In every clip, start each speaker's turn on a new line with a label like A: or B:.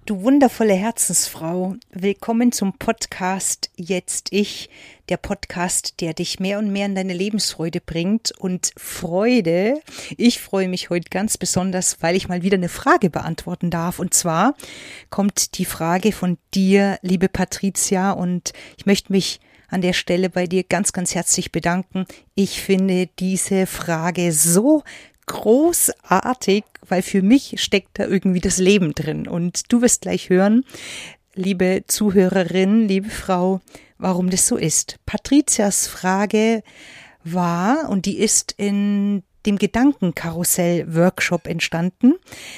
A: Du wundervolle Herzensfrau, willkommen zum Podcast Jetzt Ich, der Podcast, der dich mehr und mehr in deine Lebensfreude bringt und Freude. Ich freue mich heute ganz besonders, weil ich mal wieder eine Frage beantworten darf, und zwar kommt die Frage von dir, liebe Patricia, und ich möchte mich an der Stelle bei dir ganz, ganz herzlich bedanken. Ich finde diese Frage so großartig, weil für mich steckt da irgendwie das Leben drin. Und du wirst gleich hören, liebe Zuhörerin, liebe Frau, warum das so ist. Patricias Frage war, und die ist in dem Gedankenkarussell-Workshop entstanden.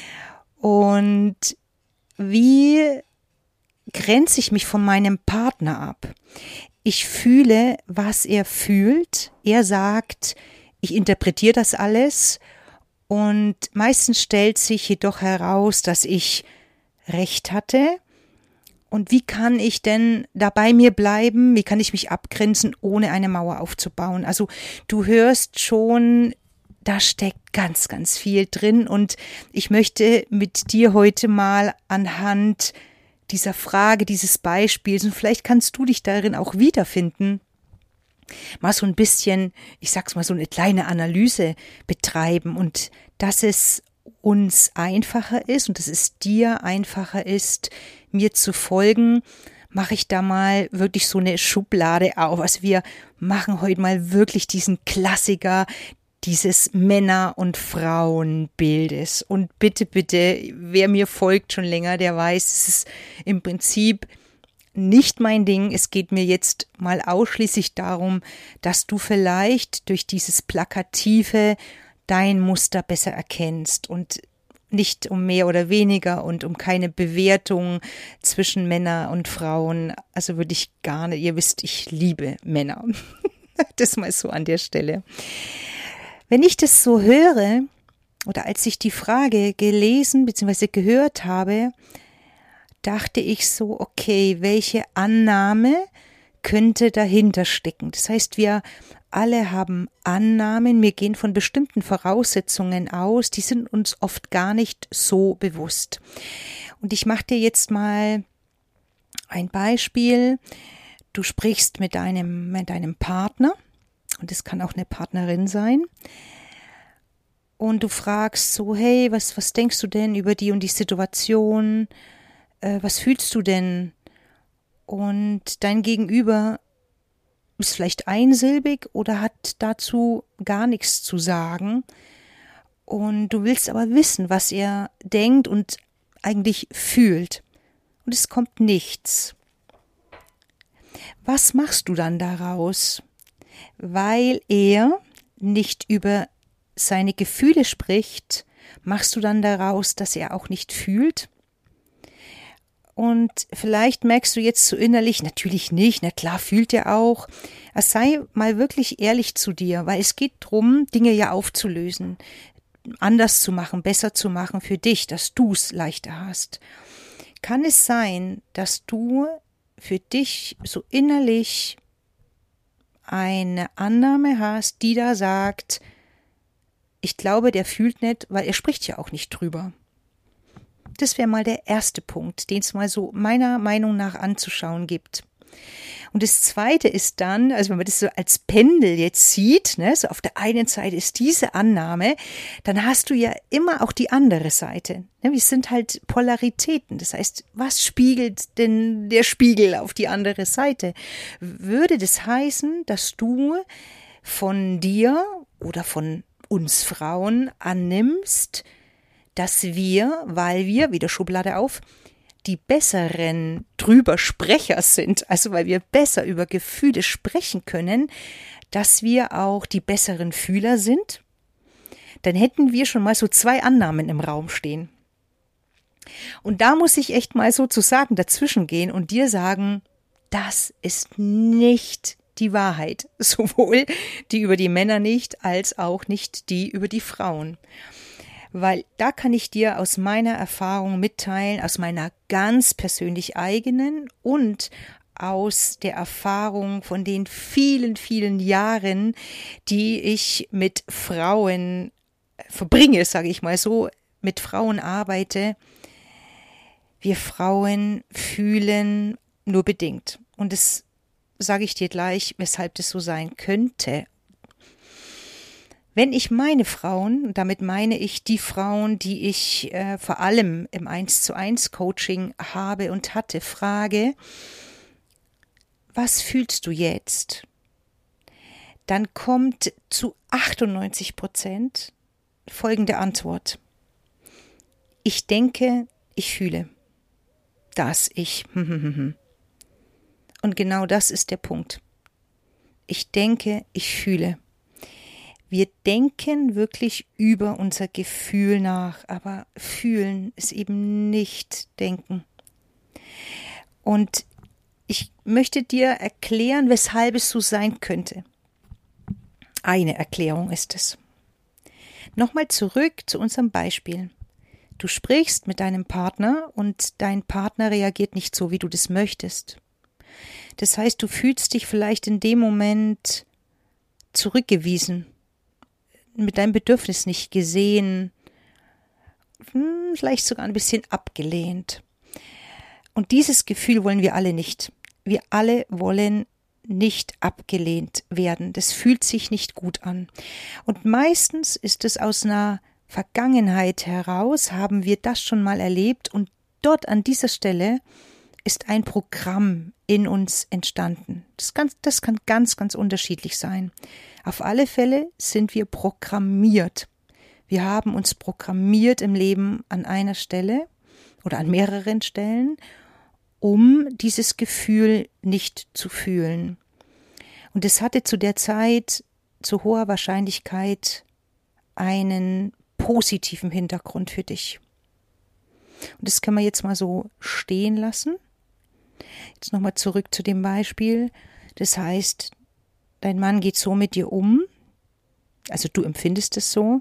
A: Und wie grenze ich mich von meinem Partner ab? Ich fühle, was er fühlt. Er sagt, ich interpretiere das alles. Und meistens stellt sich jedoch heraus, dass ich recht hatte. Und wie kann ich denn da bei mir bleiben? Wie kann ich mich abgrenzen, ohne eine Mauer aufzubauen? Also du hörst schon, da steckt ganz, ganz viel drin. Und ich möchte mit dir heute mal anhand dieser Frage, dieses Beispiels, und vielleicht kannst du dich darin auch wiederfinden, mal so ein bisschen, ich sag's mal, so eine kleine Analyse betreiben, und dass es uns einfacher ist und dass es dir einfacher ist, mir zu folgen, mache ich da mal wirklich so eine Schublade auf. Also wir machen heute mal wirklich diesen Klassiker dieses Männer- und Frauenbildes. Und bitte, bitte, wer mir folgt schon länger, der weiß, es ist im Prinzip nicht mein Ding. Es geht mir jetzt mal ausschließlich darum, dass du vielleicht durch dieses Plakative dein Muster besser erkennst und nicht um mehr oder weniger und um keine Bewertung zwischen Männer und Frauen. Also würde ich gar nicht. Ihr wisst, ich liebe Männer. Das mal so an der Stelle. Wenn ich das so höre oder als ich die Frage gelesen bzw. gehört habe, dachte ich so, okay, welche Annahme könnte dahinter stecken? Das heißt, wir alle haben Annahmen, wir gehen von bestimmten Voraussetzungen aus, die sind uns oft gar nicht so bewusst. Und ich mache dir jetzt mal ein Beispiel. Du sprichst mit deinem Partner, und es kann auch eine Partnerin sein, und du fragst so, hey, was denkst du denn über die und die Situation? Was fühlst du denn? Und dein Gegenüber ist vielleicht einsilbig oder hat dazu gar nichts zu sagen. Und du willst aber wissen, was er denkt und eigentlich fühlt. Und es kommt nichts. Was machst du dann daraus? Weil er nicht über seine Gefühle spricht, machst du dann daraus, dass er auch nicht fühlt? Und vielleicht merkst du jetzt so innerlich, natürlich nicht, na klar fühlt er auch. Sei mal wirklich ehrlich zu dir, weil es geht darum, Dinge ja aufzulösen, anders zu machen, besser zu machen für dich, dass du es leichter hast. Kann es sein, dass du für dich so innerlich eine Annahme hast, die da sagt, ich glaube, der fühlt nicht, weil er spricht ja auch nicht drüber. Das wäre mal der erste Punkt, den es mal so meiner Meinung nach anzuschauen gibt. Und das zweite ist dann, also wenn man das so als Pendel jetzt sieht, ne, so auf der einen Seite ist diese Annahme, dann hast du ja immer auch die andere Seite. Ne, wir sind halt Polaritäten. Das heißt, was spiegelt denn der Spiegel auf die andere Seite? Würde das heißen, dass du von dir oder von uns Frauen annimmst, dass wir, weil wir, wieder Schublade auf, die besseren Drübersprecher sind, also weil wir besser über Gefühle sprechen können, dass wir auch die besseren Fühler sind? Dann hätten wir schon mal so zwei Annahmen im Raum stehen. Und da muss ich echt mal sozusagen dazwischen gehen und dir sagen, das ist nicht die Wahrheit, sowohl die über die Männer nicht, als auch nicht die über die Frauen. Weil da kann ich dir aus meiner Erfahrung mitteilen, aus meiner ganz persönlich eigenen und aus der Erfahrung von den vielen, vielen Jahren, die ich mit Frauen verbringe, sage ich mal so, mit Frauen arbeite, Wir Frauen fühlen nur bedingt. Und das sage ich dir gleich, weshalb das so sein könnte. Wenn ich meine Frauen, und damit meine ich die Frauen, die ich vor allem im 1:1 Coaching habe und hatte, frage, was fühlst du jetzt? Dann kommt zu 98% folgende Antwort. Ich denke, ich fühle. Das ich. Und genau das ist der Punkt. Ich denke, ich fühle. Wir denken wirklich über unser Gefühl nach, aber fühlen ist eben nicht denken. Und ich möchte dir erklären, weshalb es so sein könnte. Eine Erklärung ist es. Nochmal zurück zu unserem Beispiel. Du sprichst mit deinem Partner und dein Partner reagiert nicht so, wie du das möchtest. Das heißt, du fühlst dich vielleicht in dem Moment zurückgewiesen, mit deinem Bedürfnis nicht gesehen, vielleicht sogar ein bisschen abgelehnt. Und dieses Gefühl wollen wir alle nicht. Wir alle wollen nicht abgelehnt werden. Das fühlt sich nicht gut an. Und meistens ist es aus einer Vergangenheit heraus, haben wir das schon mal erlebt und dort an dieser Stelle ist ein Programm in uns entstanden. Das kann ganz, ganz unterschiedlich sein. Auf alle Fälle sind wir programmiert. Wir haben uns programmiert im Leben an einer Stelle oder an mehreren Stellen, um dieses Gefühl nicht zu fühlen. Und es hatte zu der Zeit zu hoher Wahrscheinlichkeit einen positiven Hintergrund für dich. Und das können wir jetzt mal so stehen lassen. Jetzt nochmal zurück zu dem Beispiel. Das heißt, dein Mann geht so mit dir um, also du empfindest es so,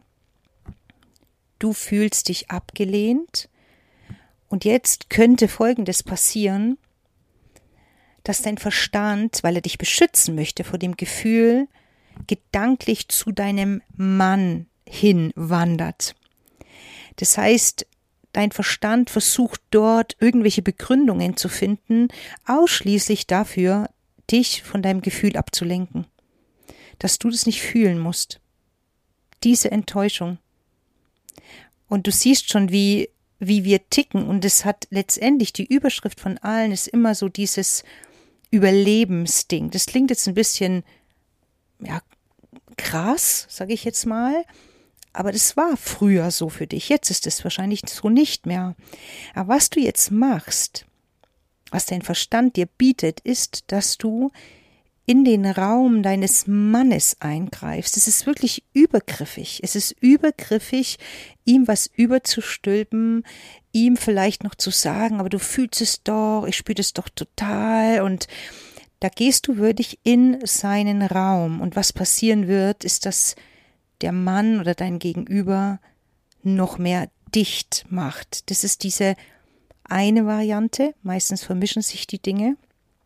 A: du fühlst dich abgelehnt und jetzt könnte Folgendes passieren, dass dein Verstand, weil er dich beschützen möchte vor dem Gefühl, gedanklich zu deinem Mann hinwandert. Das heißt, dein Verstand versucht dort irgendwelche Begründungen zu finden, ausschließlich dafür, dich von deinem Gefühl abzulenken. Dass du das nicht fühlen musst. Diese Enttäuschung. Und du siehst schon, wie wir ticken. Und es hat letztendlich die Überschrift von allen ist immer so dieses Überlebensding. Das klingt jetzt ein bisschen, ja, krass, sage ich jetzt mal. Aber das war früher so für dich. Jetzt ist es wahrscheinlich so nicht mehr. Aber was du jetzt machst, was dein Verstand dir bietet, ist, dass du in den Raum deines Mannes eingreifst. Es ist wirklich übergriffig. Es ist übergriffig, ihm was überzustülpen, ihm vielleicht noch zu sagen, aber du fühlst es doch, ich spüre das doch total. Und da gehst du wirklich in seinen Raum. Und was passieren wird, ist, dass der Mann oder dein Gegenüber noch mehr dicht macht. Das ist diese eine Variante. Meistens vermischen sich die Dinge.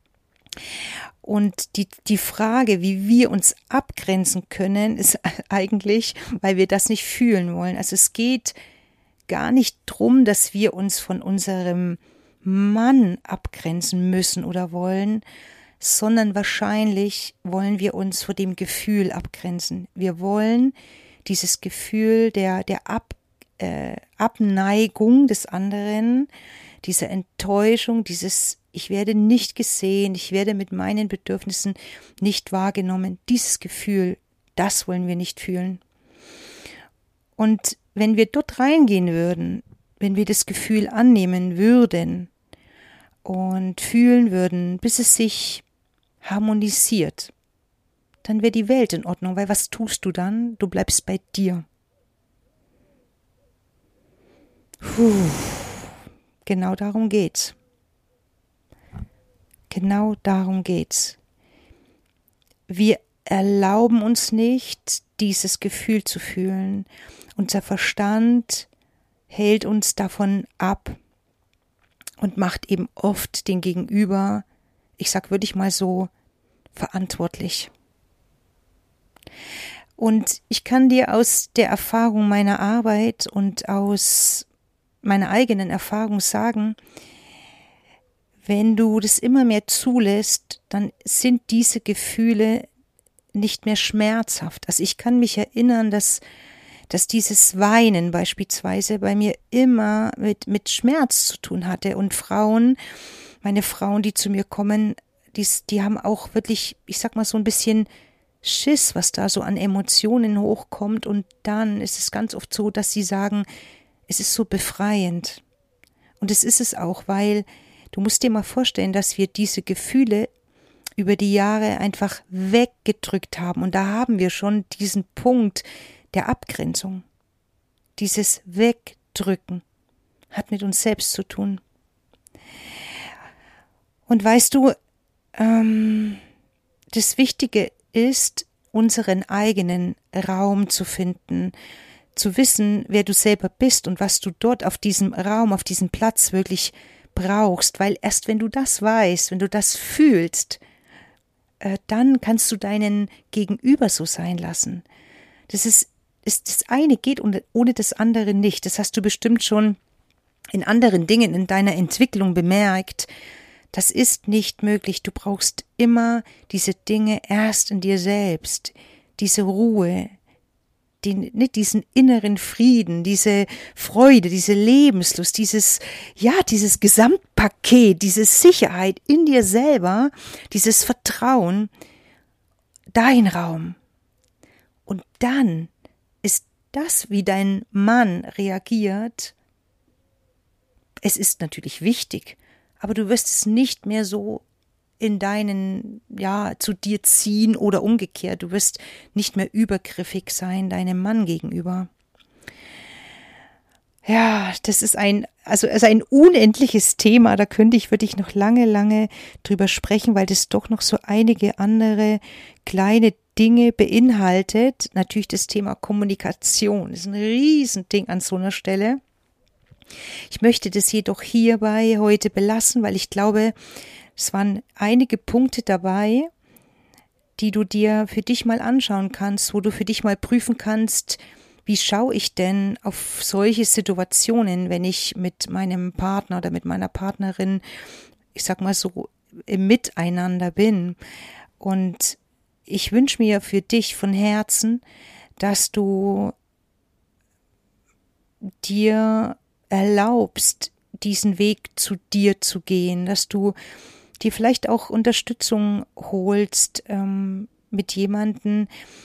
A: Und die Frage, wie wir uns abgrenzen können, ist eigentlich, weil wir das nicht fühlen wollen. Also es geht gar nicht drum, dass wir uns von unserem Mann abgrenzen müssen oder wollen, sondern wahrscheinlich wollen wir uns vor dem Gefühl abgrenzen. Wir wollen dieses Gefühl der Abneigung des anderen, diese Enttäuschung, dieses ich werde nicht gesehen, ich werde mit meinen Bedürfnissen nicht wahrgenommen. Dieses Gefühl, das wollen wir nicht fühlen. Und wenn wir dort reingehen würden, wenn wir das Gefühl annehmen würden und fühlen würden, bis es sich harmonisiert, dann wäre die Welt in Ordnung, weil was tust du dann? Du bleibst bei dir. Genau darum geht's. Genau darum geht's. Wir erlauben uns nicht, dieses Gefühl zu fühlen. Unser Verstand hält uns davon ab und macht eben oft den Gegenüber, ich sag würde ich mal so, verantwortlich. Und ich kann dir aus der Erfahrung meiner Arbeit und aus meiner eigenen Erfahrung sagen, wenn du das immer mehr zulässt, dann sind diese Gefühle nicht mehr schmerzhaft. Also ich kann mich erinnern, dass dieses Weinen beispielsweise bei mir immer mit Schmerz zu tun hatte. Und meine Frauen, die zu mir kommen, die haben auch wirklich, ich sag mal, so ein bisschen Schiss, was da so an Emotionen hochkommt. Und dann ist es ganz oft so, dass sie sagen, es ist so befreiend. Und es ist es auch, weil du musst dir mal vorstellen, dass wir diese Gefühle über die Jahre einfach weggedrückt haben. Und da haben wir schon diesen Punkt der Abgrenzung. Dieses Wegdrücken hat mit uns selbst zu tun. Und weißt du, das Wichtige ist, unseren eigenen Raum zu finden, zu wissen, wer du selber bist und was du dort auf diesem Raum, auf diesem Platz wirklich brauchst, weil erst wenn du das weißt, wenn du das fühlst, dann kannst du deinen Gegenüber so sein lassen. Das eine geht ohne das andere nicht. Das hast du bestimmt schon in anderen Dingen in deiner Entwicklung bemerkt. Das ist nicht möglich. Du brauchst immer diese Dinge erst in dir selbst, diese Ruhe, diesen inneren Frieden, diese Freude, diese Lebenslust, dieses Gesamtpaket, diese Sicherheit in dir selber, dieses Vertrauen, dein Raum. Und dann ist das, wie dein Mann reagiert, es ist natürlich wichtig, aber du wirst es nicht mehr so zu dir ziehen oder umgekehrt. Du wirst nicht mehr übergriffig sein deinem Mann gegenüber. Ja, das ist ein unendliches Thema. Da würde ich noch lange, lange drüber sprechen, weil das doch noch so einige andere kleine Dinge beinhaltet. Natürlich das Thema Kommunikation ist ein Riesending an so einer Stelle. Ich möchte das jedoch hierbei heute belassen, weil ich glaube, es waren einige Punkte dabei, die du dir für dich mal anschauen kannst, wo du für dich mal prüfen kannst, wie schaue ich denn auf solche Situationen, wenn ich mit meinem Partner oder mit meiner Partnerin, ich sag mal so, im Miteinander bin. Und ich wünsche mir für dich von Herzen, dass du dir erlaubst, diesen Weg zu dir zu gehen, dass du dir vielleicht auch Unterstützung holst mit jemandem,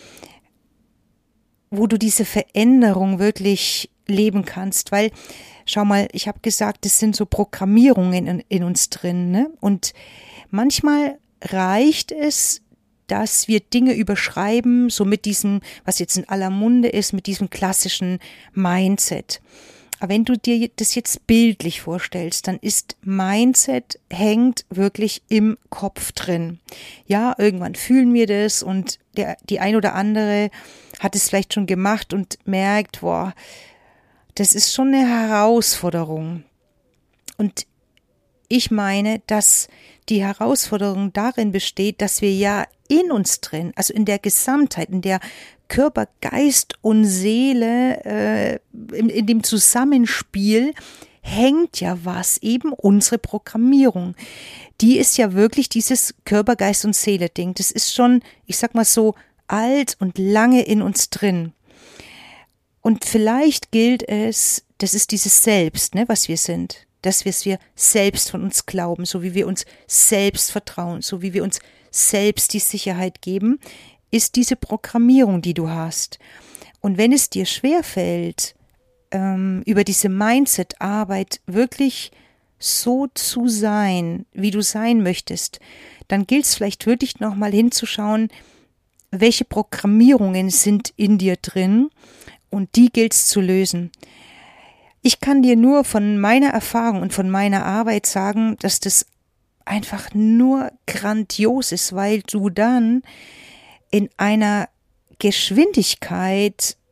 A: wo du diese Veränderung wirklich leben kannst, weil, schau mal, ich habe gesagt, es sind so Programmierungen in uns drin, ne? Und manchmal reicht es, dass wir Dinge überschreiben, so mit diesem, was jetzt in aller Munde ist, mit diesem klassischen Mindset. Aber wenn du dir das jetzt bildlich vorstellst, dann ist Mindset hängt wirklich im Kopf drin. Ja, irgendwann fühlen wir das und die ein oder andere hat es vielleicht schon gemacht und merkt, boah, das ist schon eine Herausforderung. Und ich meine, dass die Herausforderung darin besteht, dass wir ja in uns drin, also in der Gesamtheit, in der Körper, Geist und Seele, in dem Zusammenspiel hängt ja was, eben unsere Programmierung. Die ist ja wirklich dieses Körper, Geist und Seele Ding. Das ist schon, ich sag mal so, alt und lange in uns drin. Und vielleicht gilt es, das ist dieses Selbst, ne, was wir sind, dass wir selbst von uns glauben, so wie wir uns selbst vertrauen, so wie wir uns selbst die Sicherheit geben, ist diese Programmierung, die du hast. Und wenn es dir schwerfällt, über diese Mindset-Arbeit wirklich so zu sein, wie du sein möchtest, dann gilt es vielleicht wirklich nochmal hinzuschauen, welche Programmierungen sind in dir drin und die gilt es zu lösen. Ich kann dir nur von meiner Erfahrung und von meiner Arbeit sagen, dass das einfach nur grandios ist, weil du dann in einer Geschwindigkeit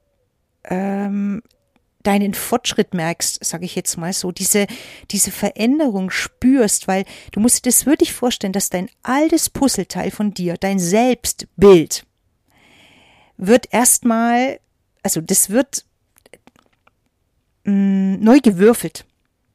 A: deinen Fortschritt merkst, sage ich jetzt mal so, diese Veränderung spürst, weil du musst dir das wirklich vorstellen, dass dein altes Puzzleteil von dir, dein Selbstbild, wird erstmal, also das wird neu gewürfelt.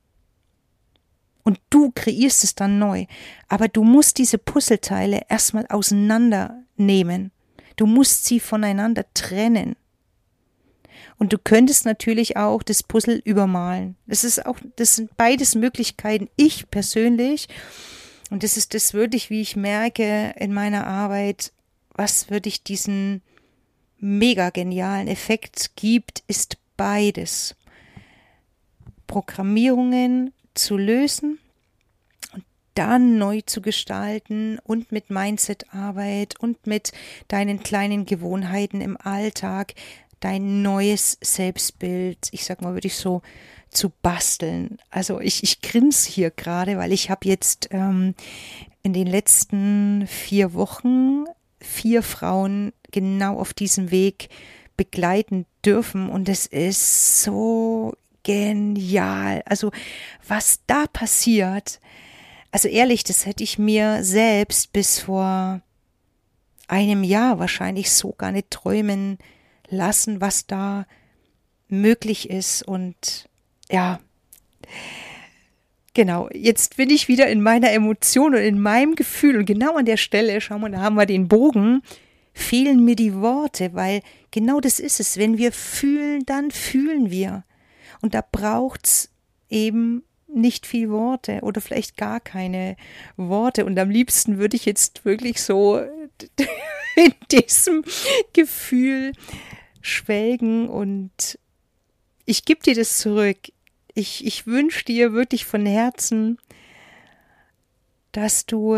A: Und du kreierst es dann neu. Aber du musst diese Puzzleteile erstmal auseinandernehmen. Du musst sie voneinander trennen. Und du könntest natürlich auch das Puzzle übermalen. Das sind beides Möglichkeiten. Ich persönlich, und das ist das wirklich, wie ich merke in meiner Arbeit, was wirklich diesen mega genialen Effekt gibt, ist beides. Programmierungen zu lösen und dann neu zu gestalten und mit Mindset-Arbeit und mit deinen kleinen Gewohnheiten im Alltag dein neues Selbstbild, ich sag mal, würde ich so zu basteln. Also ich grinse hier gerade, weil ich habe jetzt in den letzten 4 Wochen 4 Frauen genau auf diesem Weg begleiten dürfen und es ist so genial. Also was da passiert, also ehrlich, das hätte ich mir selbst bis vor einem Jahr wahrscheinlich so gar nicht träumen lassen, was da möglich ist. Und ja, genau, jetzt bin ich wieder in meiner Emotion und in meinem Gefühl und genau an der Stelle, schau mal, da haben wir den Bogen, fehlen mir die Worte, weil genau das ist es. Wenn wir fühlen, dann fühlen wir. Und da braucht's eben nicht viel Worte oder vielleicht gar keine Worte. Und am liebsten würde ich jetzt wirklich so in diesem Gefühl schwelgen und ich gebe dir das zurück. Ich wünsche dir wirklich von Herzen, dass du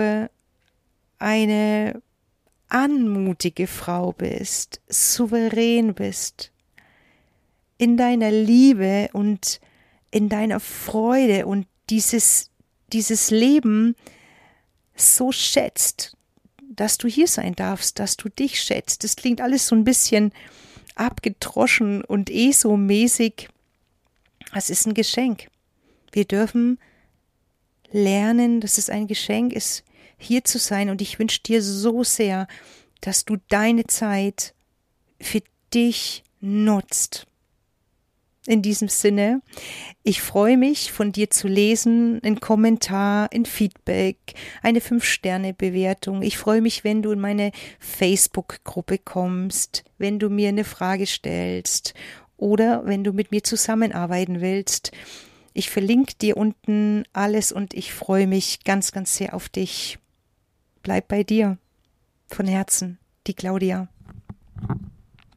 A: eine anmutige Frau bist, souverän bist, in deiner Liebe und in deiner Freude und dieses Leben so schätzt, dass du hier sein darfst, dass du dich schätzt. Das klingt alles so ein bisschen abgedroschen und so mäßig. Es ist ein Geschenk. Wir dürfen lernen, dass es ein Geschenk ist, hier zu sein. Und ich wünsche dir so sehr, dass du deine Zeit für dich nutzt. In diesem Sinne, ich freue mich, von dir zu lesen, ein Kommentar, ein Feedback, eine 5-Sterne-Bewertung. Ich freue mich, wenn du in meine Facebook-Gruppe kommst, wenn du mir eine Frage stellst oder wenn du mit mir zusammenarbeiten willst. Ich verlinke dir unten alles und ich freue mich ganz, ganz sehr auf dich. Bleib bei dir. Von Herzen, die Claudia.